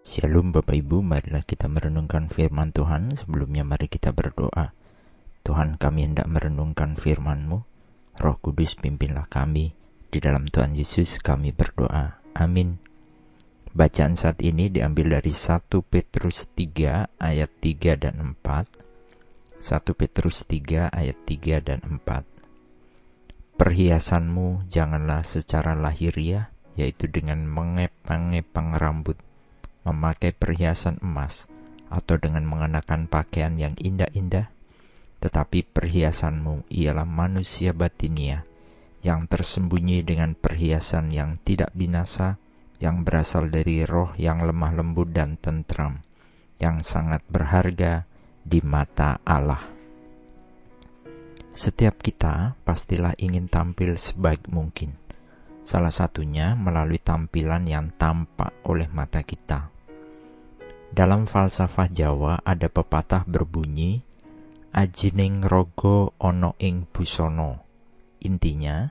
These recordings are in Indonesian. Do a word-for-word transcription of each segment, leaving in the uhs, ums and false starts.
Shalom Bapak Ibu, marilah kita merenungkan firman Tuhan. Sebelumnya mari kita berdoa. Tuhan, kami hendak merenungkan firman-Mu. Roh Kudus pimpinlah kami. Di dalam Tuhan Yesus kami berdoa. Amin. Bacaan saat ini diambil dari satu Petrus tiga ayat tiga dan empat. satu Petrus tiga ayat tiga dan empat. Perhiasanmu janganlah secara lahiriah, yaitu dengan mengepang-ngepang rambut, memakai perhiasan emas, atau dengan mengenakan pakaian yang indah-indah, tetapi perhiasanmu ialah manusia batinia, yang tersembunyi dengan perhiasan yang tidak binasa, yang berasal dari roh yang lemah lembut dan tentram, yang sangat berharga di mata Allah. Setiap kita pastilah ingin tampil sebaik mungkin, salah satunya melalui tampilan yang tampak oleh mata kita. Dalam falsafah Jawa ada pepatah berbunyi, ajining rogo ono ing busono. Intinya,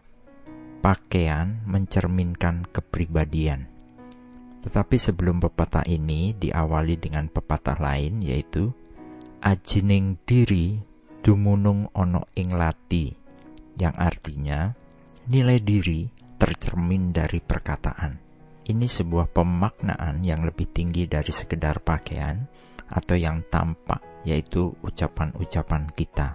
pakaian mencerminkan kepribadian. Tetapi sebelum pepatah ini diawali dengan pepatah lain, yaitu ajining diri dumunung ono ing lati, yang artinya nilai diri tercermin dari perkataan. Ini sebuah pemaknaan yang lebih tinggi dari sekedar pakaian atau yang tampak, yaitu ucapan-ucapan kita.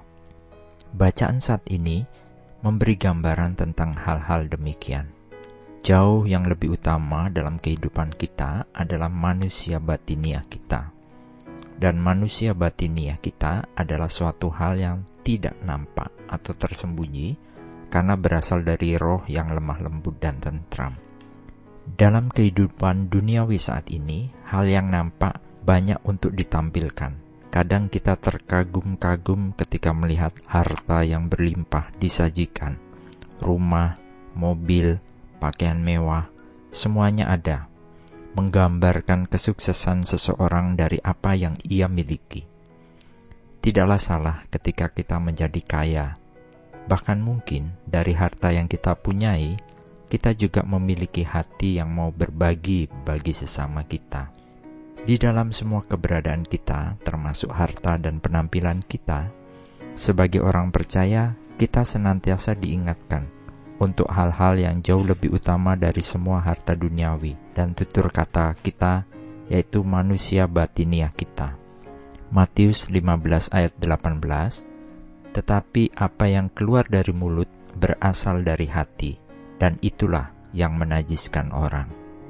Bacaan saat ini memberi gambaran tentang hal-hal demikian. Jauh yang lebih utama dalam kehidupan kita adalah manusia batiniah kita. Dan manusia batiniah kita adalah suatu hal yang tidak nampak atau tersembunyi karena berasal dari roh yang lemah lembut dan tentram. Dalam kehidupan duniawi saat ini, hal yang nampak banyak untuk ditampilkan. Kadang kita terkagum-kagum ketika melihat harta yang berlimpah disajikan. Rumah, mobil, pakaian mewah, semuanya ada. Menggambarkan kesuksesan seseorang dari apa yang ia miliki. Tidaklah salah ketika kita menjadi kaya. Bahkan mungkin dari harta yang kita punyai, kita juga memiliki hati yang mau berbagi bagi sesama kita. Di dalam semua keberadaan kita, termasuk harta dan penampilan kita, sebagai orang percaya, kita senantiasa diingatkan untuk hal-hal yang jauh lebih utama dari semua harta duniawi dan tutur kata kita, yaitu manusia batiniah kita. Matius lima belas ayat delapan belas, tetapi apa yang keluar dari mulut berasal dari hati, dan itulah yang menajiskan orang.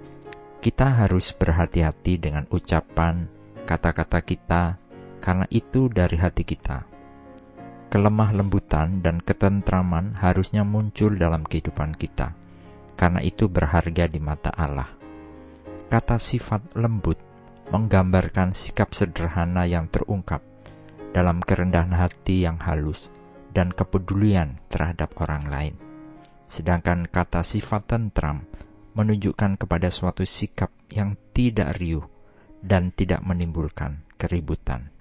Kita harus berhati-hati dengan ucapan, kata-kata kita, karena itu dari hati kita. Kelemah lembutan dan ketentraman harusnya muncul dalam kehidupan kita, karena itu berharga di mata Allah. Kata sifat lembut menggambarkan sikap sederhana yang terungkap dalam kerendahan hati yang halus dan kepedulian terhadap orang lain. Sedangkan kata sifat tentram menunjukkan kepada suatu sikap yang tidak riuh dan tidak menimbulkan keributan.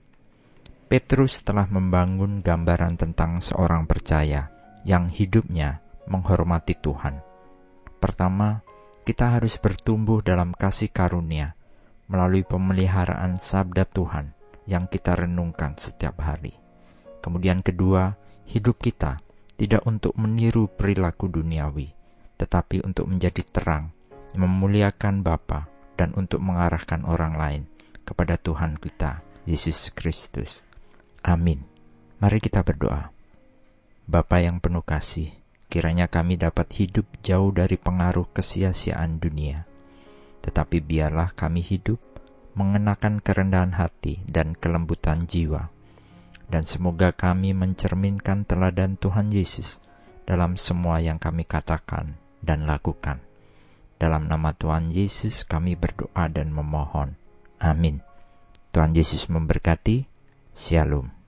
Petrus telah membangun gambaran tentang seorang percaya yang hidupnya menghormati Tuhan. Pertama, kita harus bertumbuh dalam kasih karunia melalui pemeliharaan sabda Tuhan yang kita renungkan setiap hari. Kemudian kedua, hidup kita tidak untuk meniru perilaku duniawi, tetapi untuk menjadi terang, memuliakan Bapa, dan untuk mengarahkan orang lain kepada Tuhan kita, Yesus Kristus. Amin. Mari kita berdoa. Bapa yang penuh kasih, kiranya kami dapat hidup jauh dari pengaruh kesia-siaan dunia. Tetapi biarlah kami hidup mengenakan kerendahan hati dan kelembutan jiwa. Dan semoga kami mencerminkan teladan Tuhan Yesus dalam semua yang kami katakan dan lakukan. Dalam nama Tuhan Yesus kami berdoa dan memohon. Amin. Tuhan Yesus memberkati. Shalom.